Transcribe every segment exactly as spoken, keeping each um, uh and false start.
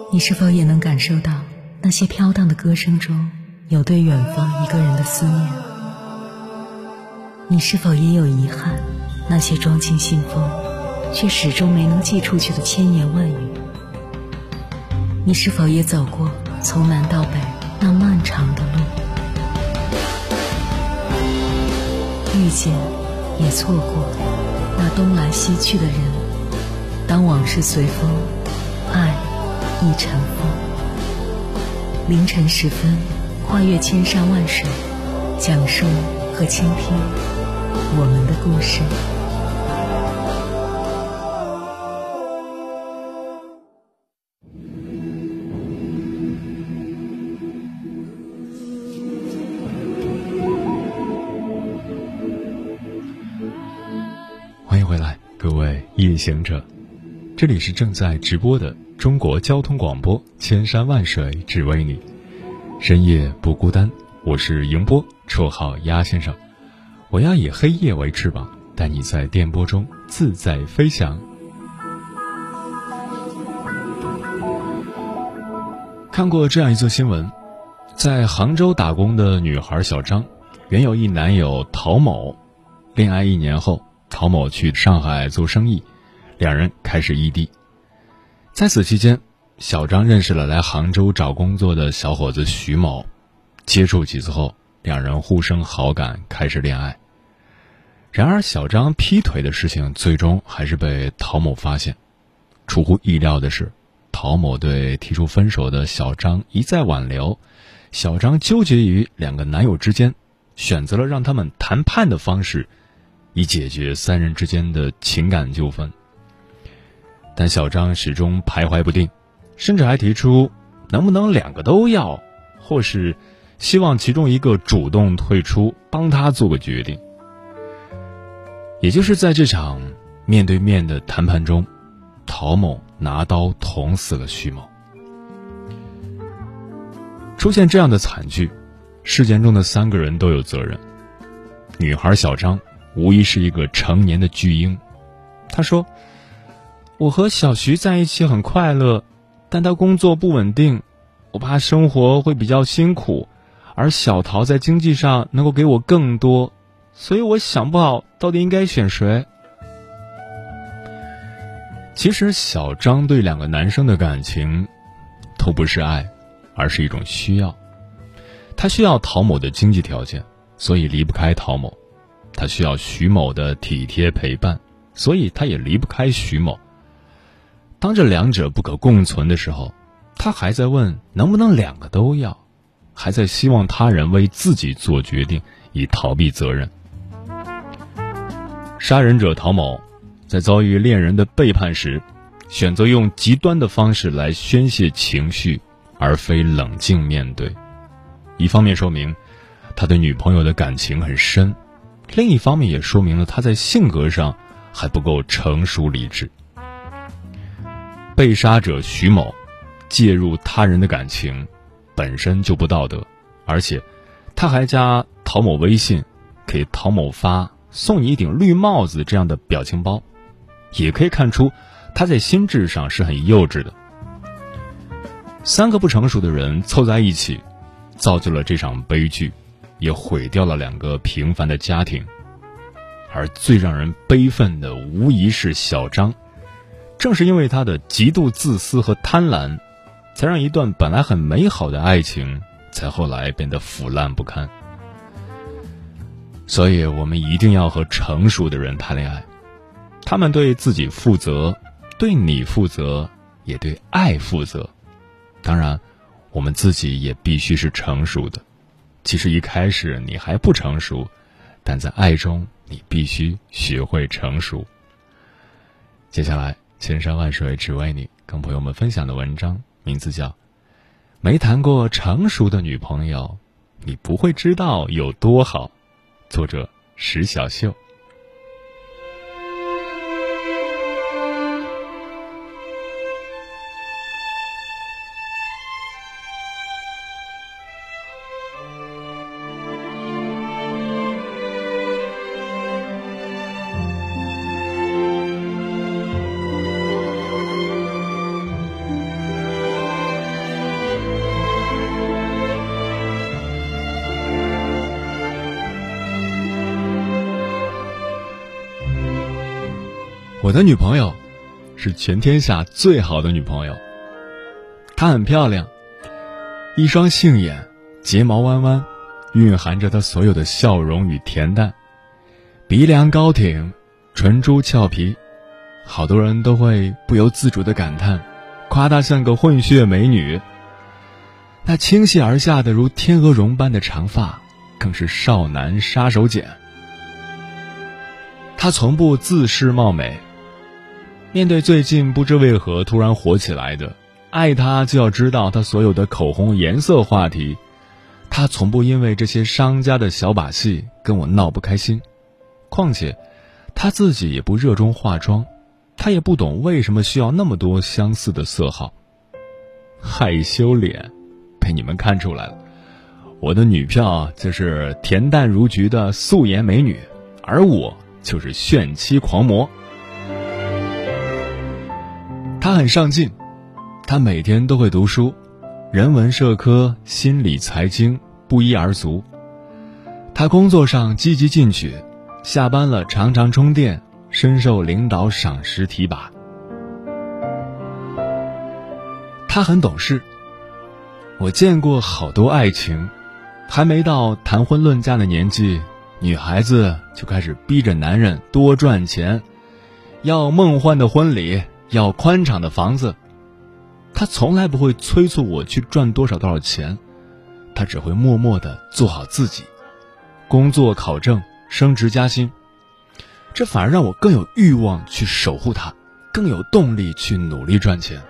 你是否也能感受到那些飘荡的歌声中有对远方一个人的思念？你是否也有遗憾，那些装进信封却始终没能寄出去的千言万语？你是否也走过从南到北那漫长的路？遇见也错过那东来西去的人，当往事随风，爱亦尘封。凌晨时分，跨越千山万水，讲述和倾听我们的故事。 欢迎回来，各位夜行者，这里是正在直播的中国交通广播，千山万水只为你，深夜不孤单。我是迎波，绰号鸭先生。我要以黑夜为翅膀，带你在电波中自在飞翔。看过这样一则新闻，在杭州打工的女孩小张，原有一男友陶某，恋爱一年后，陶某去上海做生意，两人开始异地。在此期间，小张认识了来杭州找工作的小伙子徐某，接触几次后，两人互生好感，开始恋爱。然而小张劈腿的事情最终还是被陶某发现。出乎意料的是，陶某对提出分手的小张一再挽留，小张纠结于两个男友之间，选择了让他们谈判的方式，以解决三人之间的情感纠纷。但小张始终徘徊不定，甚至还提出能不能两个都要，或是希望其中一个主动退出，帮他做个决定。也就是在这场面对面的谈判中，陶某拿刀捅死了徐某。出现这样的惨剧，事件中的三个人都有责任。女孩小张无疑是一个成年的巨婴。她说，我和小徐在一起很快乐，但他工作不稳定，我怕生活会比较辛苦，而小陶在经济上能够给我更多，所以我想不好到底应该选谁。其实小张对两个男生的感情都不是爱，而是一种需要。他需要陶某的经济条件，所以离不开陶某；他需要徐某的体贴陪伴，所以他也离不开徐某。当这两者不可共存的时候，他还在问能不能两个都要，还在希望他人为自己做决定，以逃避责任。杀人者陶某在遭遇恋人的背叛时，选择用极端的方式来宣泄情绪，而非冷静面对。一方面说明他对女朋友的感情很深，另一方面也说明了他在性格上还不够成熟理智。被杀者徐某介入他人的感情本身就不道德，而且他还加陶某微信，给陶某发送你一顶绿帽子这样的表情包，也可以看出他在心智上是很幼稚的。三个不成熟的人凑在一起，造就了这场悲剧，也毁掉了两个平凡的家庭。而最让人悲愤的无疑是小张，正是因为他的极度自私和贪婪，才让一段本来很美好的爱情才后来变得腐烂不堪。所以我们一定要和成熟的人谈恋爱，他们对自己负责，对你负责，也对爱负责。当然我们自己也必须是成熟的，其实一开始你还不成熟，但在爱中你必须学会成熟。接下来千山万水只为你跟朋友们分享的文章名字叫《没谈过成熟的女朋友，你不会知道有多好》，作者石小秀。 我的女朋友是全天下最好的女朋友。她很漂亮，一双杏眼，睫毛弯弯，蕴含着她所有的笑容与恬淡，鼻梁高挺，唇珠俏皮，好多人都会不由自主地感叹，夸她像个混血美女。那倾泻而下的如天鹅绒般的长发，更是少男杀手锏。她从不自恃貌美，面对最近不知为何突然火起来的爱她就要知道她所有的口红颜色话题，她从不因为这些商家的小把戏跟我闹不开心。况且她自己也不热衷化妆，她也不懂为什么需要那么多相似的色号。害羞脸被你们看出来了，我的女票就是恬淡如菊的素颜美女，而我就是炫妻狂魔。她很上进，她每天都会读书，人文社科、心理财经不一而足。她工作上积极进取，下班了常常充电，深受领导赏识提拔。她很懂事，我见过好多爱情，还没到谈婚论嫁的年纪，女孩子就开始逼着男人多赚钱，要梦幻的婚礼，要宽敞的房子。她从来不会催促我去赚多少多少钱，她只会默默地做好自己，工作考证，升职加薪。这反而让我更有欲望去守护她，更有动力去努力赚钱。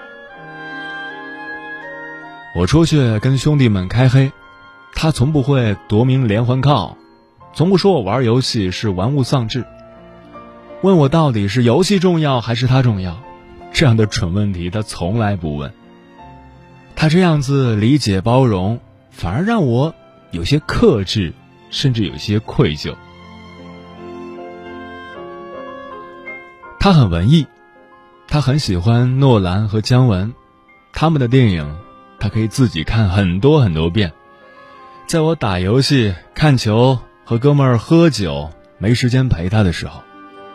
我出去跟兄弟们开黑，他从不会夺名连环靠，从不说我玩游戏是玩物丧志，问我到底是游戏重要还是他重要，这样的蠢问题他从来不问。他这样子理解包容，反而让我有些克制，甚至有些愧疚。他很文艺，他很喜欢诺兰和姜文，他们的电影他可以自己看很多很多遍。在我打游戏、看球、和哥们儿喝酒没时间陪他的时候，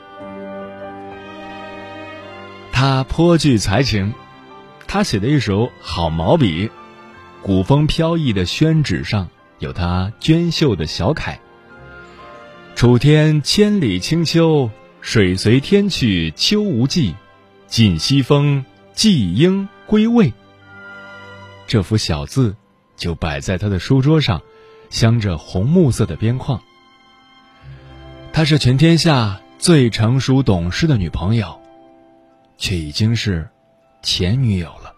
他颇具才情。他写的一手好毛笔，古风飘逸的宣纸上有他娟秀的小楷。楚天千里清秋，水随天去秋无际，尽西风，季鹰归未。这幅小字就摆在他的书桌上，镶着红木色的边框。她是全天下最成熟懂事的女朋友，却已经是前女友了。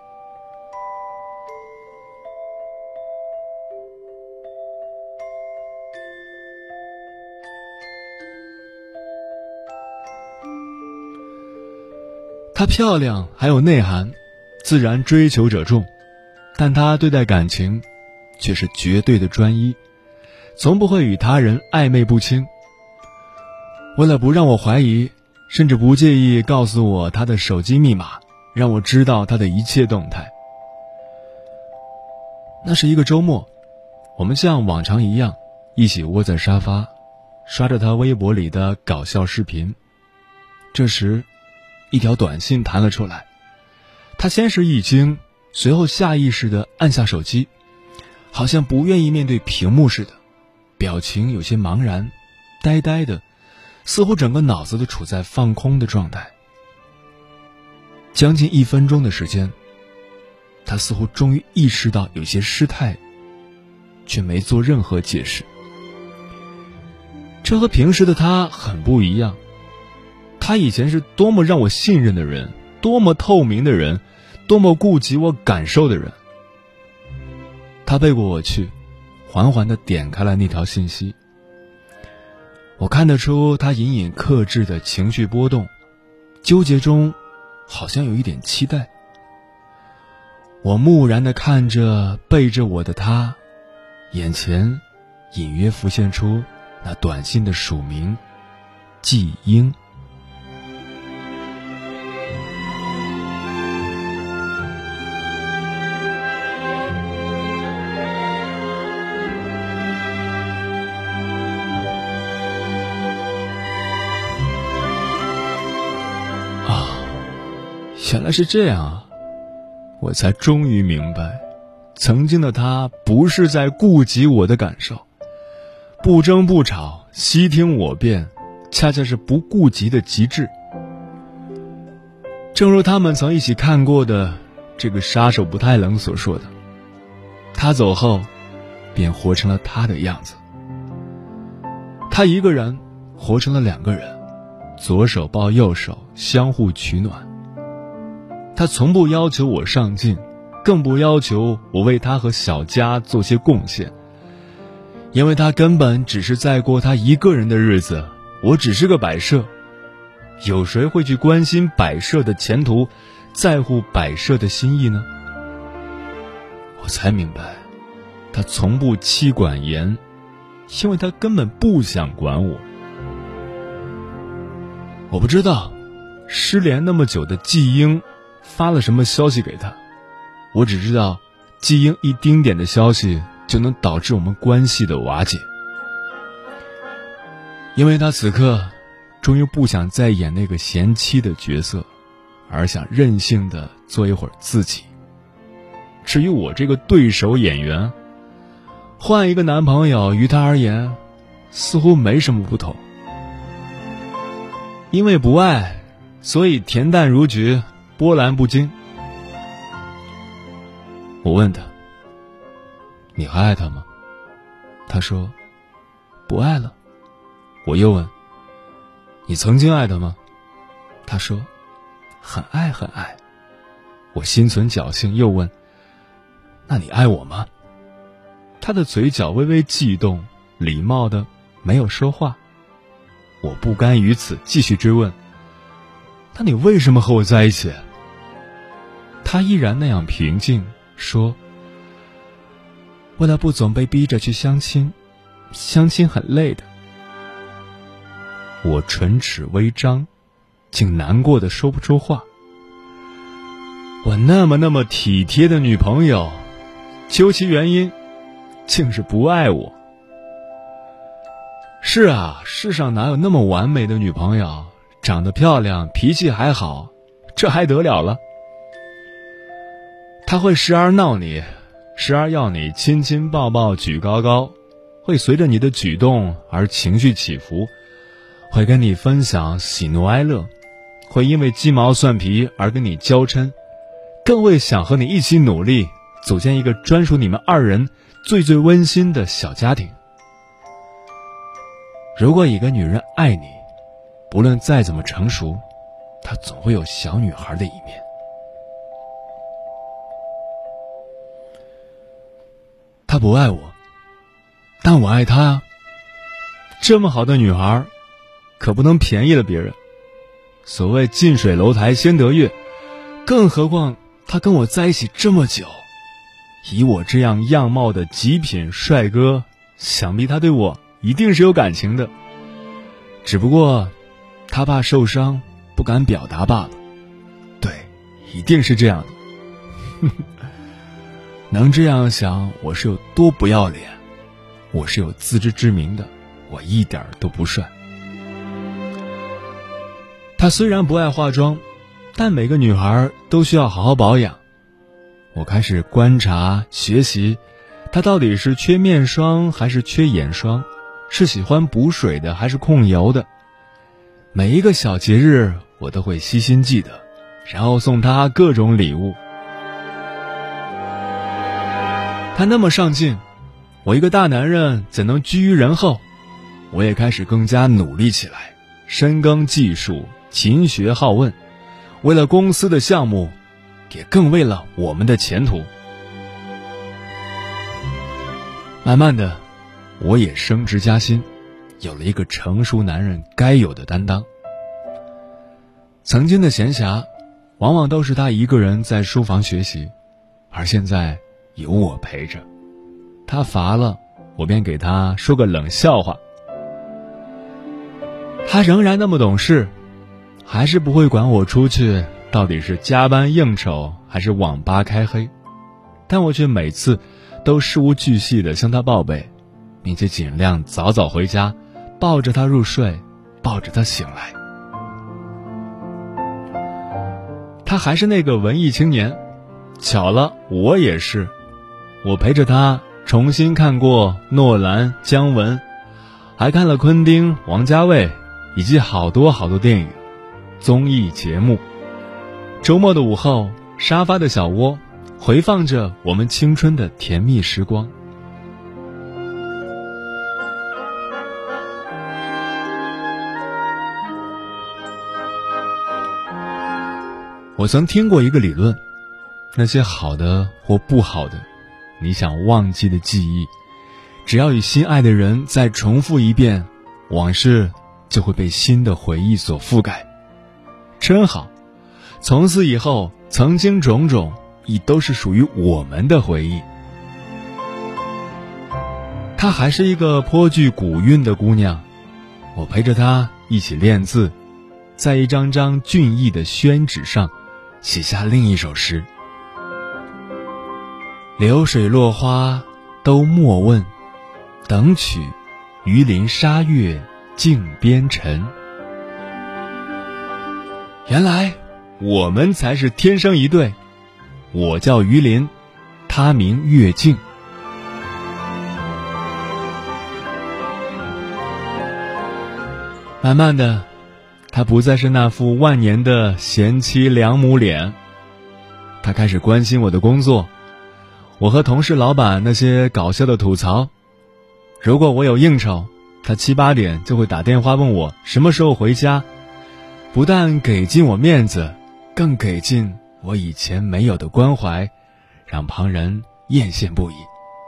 她漂亮还有内涵，自然追求者众，但她对待感情却是绝对的专一，从不会与他人暧昧不清。为了不让我怀疑，甚至不介意告诉我他的手机密码，让我知道他的一切动态。那是一个周末，我们像往常一样一起窝在沙发，刷着他微博里的搞笑视频。这时一条短信弹了出来，他先是一惊，随后下意识地按下手机，好像不愿意面对屏幕似的，表情有些茫然，呆呆的，似乎整个脑子都处在放空的状态。将近一分钟的时间，他似乎终于意识到有些失态，却没做任何解释。这和平时的他很不一样，他以前是多么让我信任的人，多么透明的人，多么顾及我感受的人。他背过我去，缓缓地点开了那条信息。我看得出他隐隐克制的情绪波动，纠结中好像有一点期待。我木然地看着背着我的他，眼前隐约浮现出那短信的署名季鹰。 原来是这样啊，我才终于明白，曾经的他不是在顾及我的感受，不争不吵，悉听我辩，恰恰是不顾及的极致。正如他们曾一起看过的这个杀手不太冷所说的，他走后便活成了他的样子。他一个人活成了两个人，左手抱右手，相互取暖。他从不要求我上进，更不要求我为他和小家做些贡献，因为他根本只是在过他一个人的日子，我只是个摆设。有谁会去关心摆设的前途，在乎摆设的心意呢？我才明白，他从不妻管严，因为他根本不想管我。我不知道失联那么久的季英发了什么消息给他，我只知道季英一丁点的消息就能导致我们关系的瓦解，因为他此刻终于不想再演那个贤妻的角色，而想任性的做一会儿自己。至于我这个对手演员，换一个男朋友于他而言似乎没什么不同。因为不爱，所以恬淡如菊，波澜不惊。我问他，你还爱他吗？他说不爱了。我又问，你曾经爱他吗？他说很爱很爱。我心存侥幸又问，那你爱我吗？他的嘴角微微悸动，礼貌的没有说话。我不甘于此，继续追问，那你为什么和我在一起？他依然那样平静，说为了不总被逼着去相亲，相亲很累的。我唇齿微张，竟难过的说不出话。我那么那么体贴的女朋友，究其原因竟是不爱我。是啊，世上哪有那么完美的女朋友，长得漂亮，脾气还好，这还得了了。她会时而闹你，时而要你亲亲抱抱举高高，会随着你的举动而情绪起伏，会跟你分享喜怒哀乐，会因为鸡毛蒜皮而跟你娇嗔，更会想和你一起努力，组建一个专属你们二人最最温馨的小家庭。如果一个女人爱你，不论再怎么成熟，她总会有小女孩的一面。她不爱我，但我爱她啊。这么好的女孩，可不能便宜了别人。所谓近水楼台先得月，更何况她跟我在一起这么久，以我这样样貌的极品帅哥，想必她对我一定是有感情的，只不过他怕受伤，不敢表达罢了。对，一定是这样的。能这样想，我是有多不要脸，我是有自知之明的，我一点都不帅。他虽然不爱化妆，但每个女孩都需要好好保养。我开始观察学习，她到底是缺面霜还是缺眼霜，是喜欢补水的还是控油的。每一个小节日我都会悉心记得，然后送她各种礼物。她那么上进，我一个大男人怎能居于人后？我也开始更加努力起来，深耕技术，勤学好问，为了公司的项目，也更为了我们的前途。慢慢的，我也升职加薪，有了一个成熟男人该有的担当。曾经的闲暇，往往都是他一个人在书房学习，而现在有我陪着，他乏了，我便给他说个冷笑话。他仍然那么懂事，还是不会管我出去到底是加班应酬还是网吧开黑，但我却每次都事无巨细地向他报备，并且尽量早早回家，抱着他入睡，抱着他醒来。他他还是那个文艺青年。巧了，我也是。我陪着他重新看过诺兰、姜文，还看了昆汀、王家卫，以及好多好多电影、综艺节目。周末的午后，沙发的小窝回放着我们青春的甜蜜时光。我曾听过一个理论，那些好的或不好的，你想忘记的记忆，只要与心爱的人再重复一遍，往事就会被新的回忆所覆盖。真好，从此以后，曾经种种已都是属于我们的回忆。她还是一个颇具古韵的姑娘，我陪着她一起练字，在一张张俊逸的宣纸上写下另一首诗：流水落花都莫问，等取鱼鳞沙月镜边尘。原来我们才是天生一对，我叫鱼鳞，他名月镜。慢慢的，他不再是那副万年的贤妻良母脸，他开始关心我的工作，我和同事老板那些搞笑的吐槽。如果我有应酬，他七八点就会打电话问我什么时候回家，不但给尽我面子，更给尽我以前没有的关怀，让旁人艳羡不已。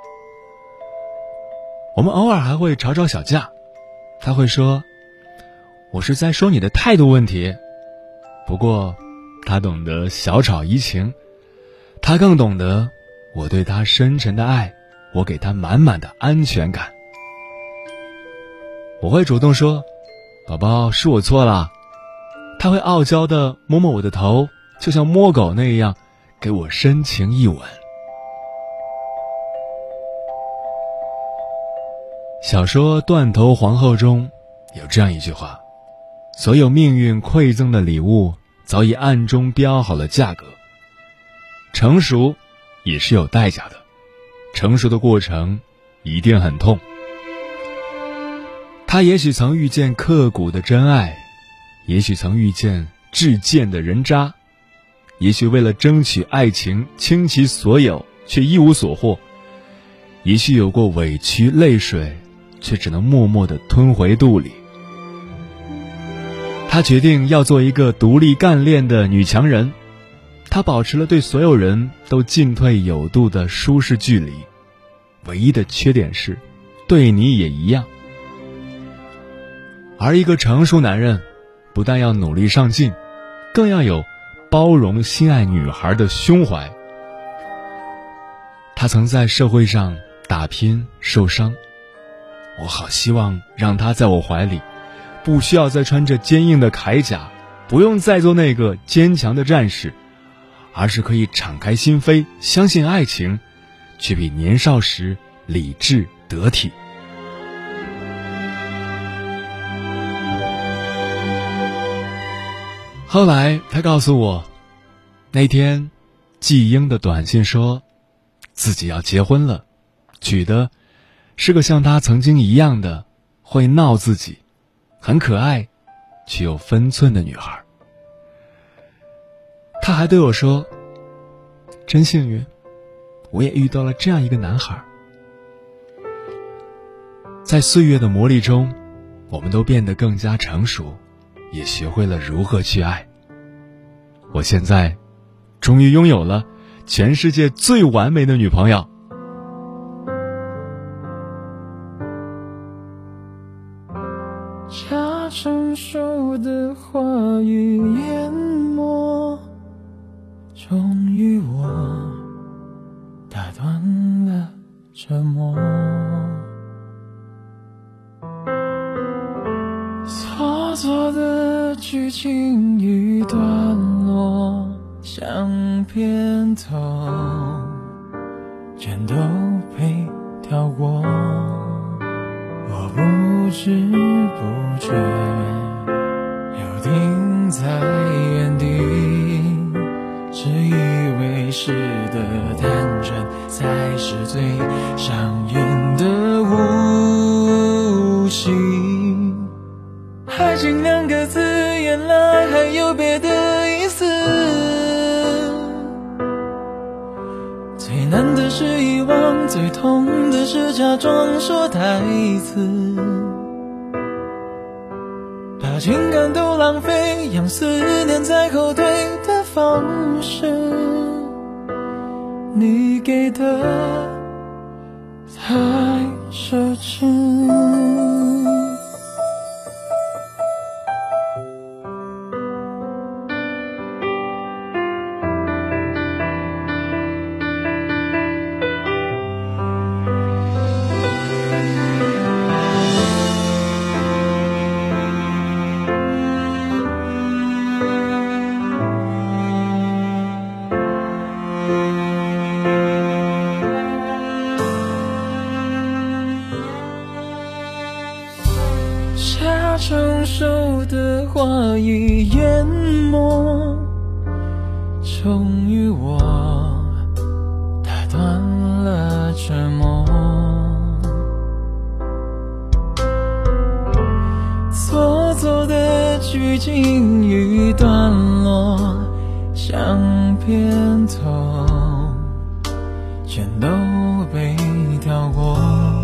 我们偶尔还会吵吵小架，他会说我是在说你的态度问题。不过他懂得小吵怡情，他更懂得我对他深沉的爱，我给他满满的安全感。我会主动说宝宝是我错了，他会傲娇地摸摸我的头，就像摸狗那样给我深情一吻。小说《断头皇后》中有这样一句话：所有命运馈赠的礼物早已暗中标好了价格。成熟也是有代价的，成熟的过程一定很痛。他也许曾遇见刻骨的真爱，也许曾遇见至贱的人渣，也许为了争取爱情倾其所有却一无所获，也许有过委屈泪水，却只能默默地吞回肚里。她决定要做一个独立干练的女强人，她保持了对所有人都进退有度的舒适距离，唯一的缺点是对你也一样。而一个成熟男人不但要努力上进，更要有包容心爱女孩的胸怀。他曾在社会上打拼受伤，我好希望让他在我怀里，不需要再穿着坚硬的铠甲，不用再做那个坚强的战士，而是可以敞开心扉，相信爱情，却比年少时理智得体。后来他告诉我，那天季英的短信说自己要结婚了，娶的是个像他曾经一样的会闹自己，很可爱却有分寸的女孩。他还对我说，真幸运，我也遇到了这样一个男孩。在岁月的磨砺中，我们都变得更加成熟，也学会了如何去爱。我现在终于拥有了全世界最完美的女朋友。 假成熟的话语淹没，终于我打断了沉默。错错的剧情与段落，像片头全都被跳过，我不知不觉又停在原地， 最上演的舞戏。爱情两个字原来还有别的意思，最难的是遗忘，最痛的是假装说台词，把情感都浪费，让思念在后退的方式，你给的太奢侈。下成熟的话已淹没，终于我打断了沉默，做作的剧情与段落像片头，全都被跳过，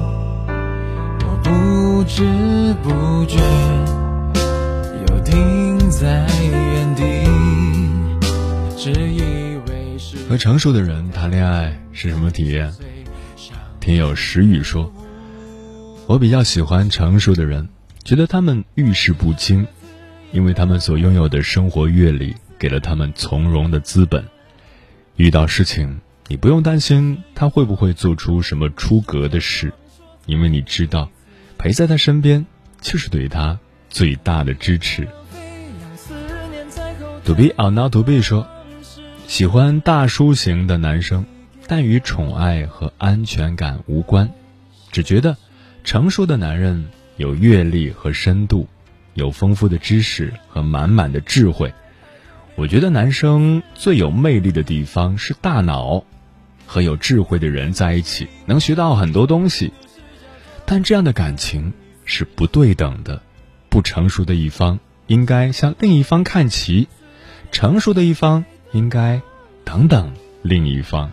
不知不觉又停在原地，只以为是和成熟的人谈恋爱是什么体验？听友石宇说，我比较喜欢成熟的人，觉得他们遇事不惊，因为他们所拥有的生活阅历给了他们从容的资本，遇到事情你不用担心他会不会做出什么出格的事，因为你知道陪在他身边就是对他最大的支持。To be or not to be 说，喜欢大叔型的男生，但与宠爱和安全感无关，只觉得成熟的男人有阅历和深度，有丰富的知识和满满的智慧。我觉得男生最有魅力的地方是大脑，和有智慧的人在一起能学到很多东西，但这样的感情是不对等的，不成熟的一方应该向另一方看齐，成熟的一方应该等等另一方。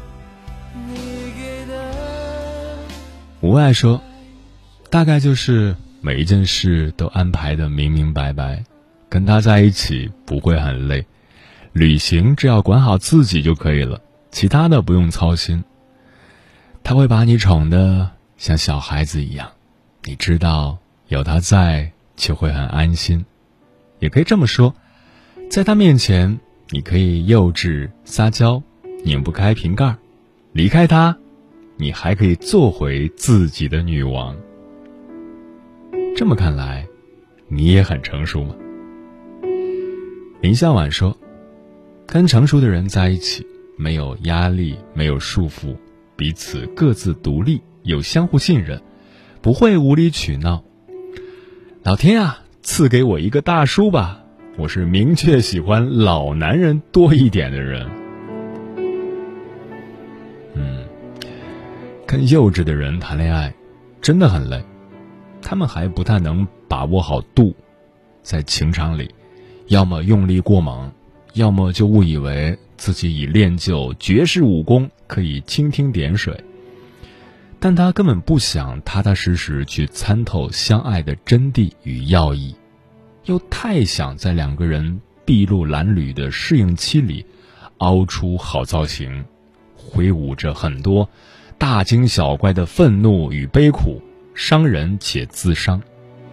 无爱说，大概就是每一件事都安排得明明白白，跟他在一起不会很累，旅行只要管好自己就可以了，其他的不用操心。他会把你宠得像小孩子一样，你知道有他在就会很安心。也可以这么说，在他面前你可以幼稚撒娇，拧不开瓶盖，离开他你还可以做回自己的女王。这么看来你也很成熟吗？林向晚说，跟成熟的人在一起，没有压力，没有束缚，彼此各自独立，有相互信任，不会无理取闹。老天啊，赐给我一个大叔吧，我是明确喜欢老男人多一点的人。嗯，跟幼稚的人谈恋爱真的很累，他们还不太能把握好度，在情场里要么用力过猛，要么就误以为自己已练就绝世武功，可以蜻蜓点水。但他根本不想踏踏实实去参透相爱的真谛与要义，又太想在两个人筚路蓝缕的适应期里凹出好造型，挥舞着很多大惊小怪的愤怒与悲苦，伤人且自伤。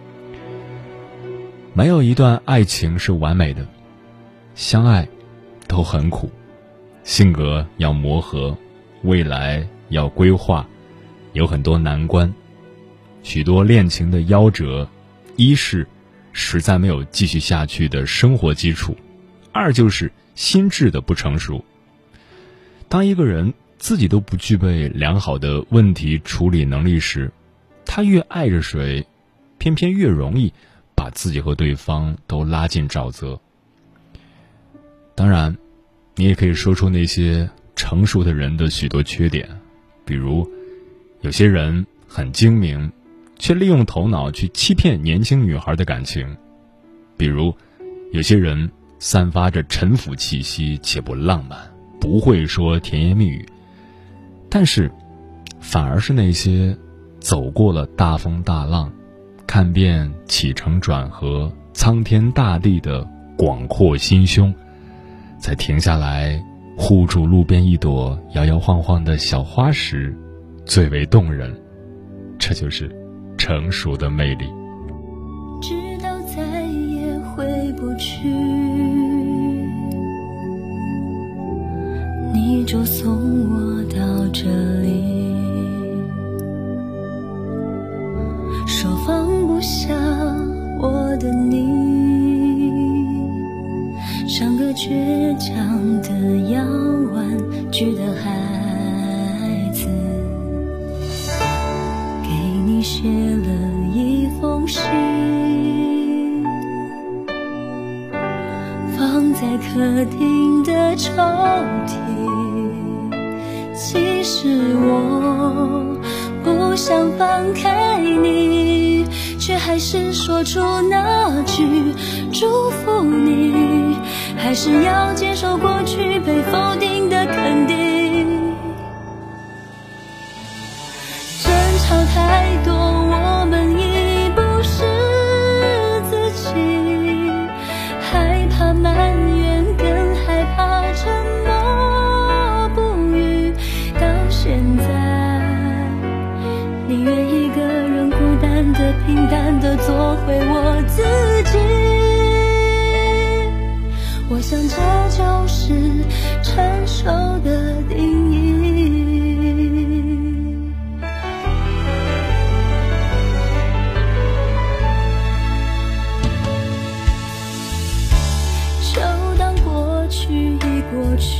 没有一段爱情是完美的，相爱都很苦，性格要磨合，未来要规划，有很多难关。许多恋情的夭折，一是实在没有继续下去的生活基础，二就是心智的不成熟。当一个人自己都不具备良好的问题处理能力时，他越爱着谁，偏偏越容易把自己和对方都拉进沼泽。当然，你也可以说出那些成熟的人的许多缺点，比如有些人很精明，却利用头脑去欺骗年轻女孩的感情。比如，有些人散发着陈腐气息且不浪漫，不会说甜言蜜语，但是反而是那些走过了大风大浪，看遍起承转合苍天大地的广阔心胸，在停下来护住路边一朵摇摇晃晃的小花时最为动人。这就是成熟的魅力。 直到再也回不去，你就送我到这里，说放不下我的你，像个倔强的要玩具的孩子，给你写了一封信，放在客厅的抽屉。其实我不想放开你，却还是说出那句祝福你，还是要接受过去被否定的肯定。争吵太多，我们已不是自己，害怕埋怨，更害怕沉默不语。到现在，宁愿一个人孤单的、平淡的做回我自己。我想这就是成熟的定义。就当过去已过去，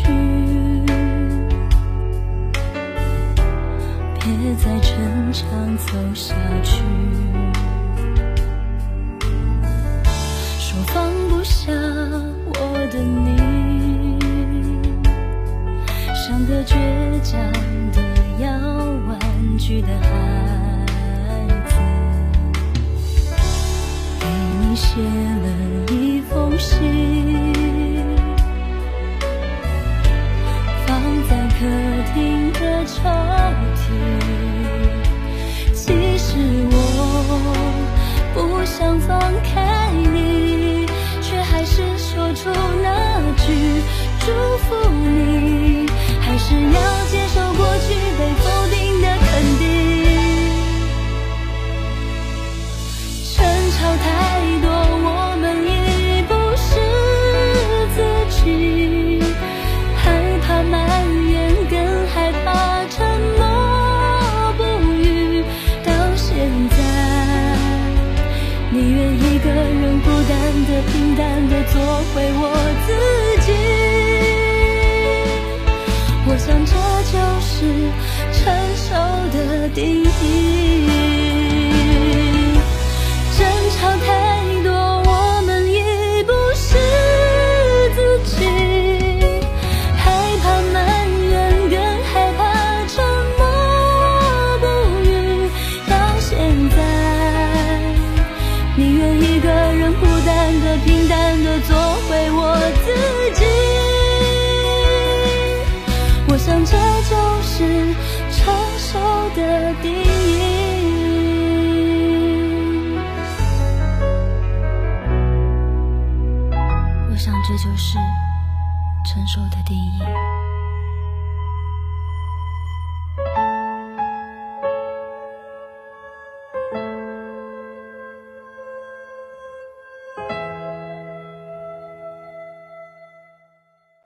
别再逞强走下去，说放不下我的你，像个倔强的要玩具的孩子，给你写了一封信，放在客厅的抽屉。其实我不想放开你，却还是说出那句祝福你，还是要接受过去被否定的肯定。争吵太多，我们已不是自己，害怕埋怨，更害怕沉默不语。到现在，宁愿一个人孤单的、平淡的做回我自己。我想这就是成熟的定义。争吵太多，我们已不是自己，害怕埋怨，更害怕沉默不语。到现在，宁愿一个人孤单的、平淡的做回我自己。我想这就是成熟的定义。我想这就是成熟的定义。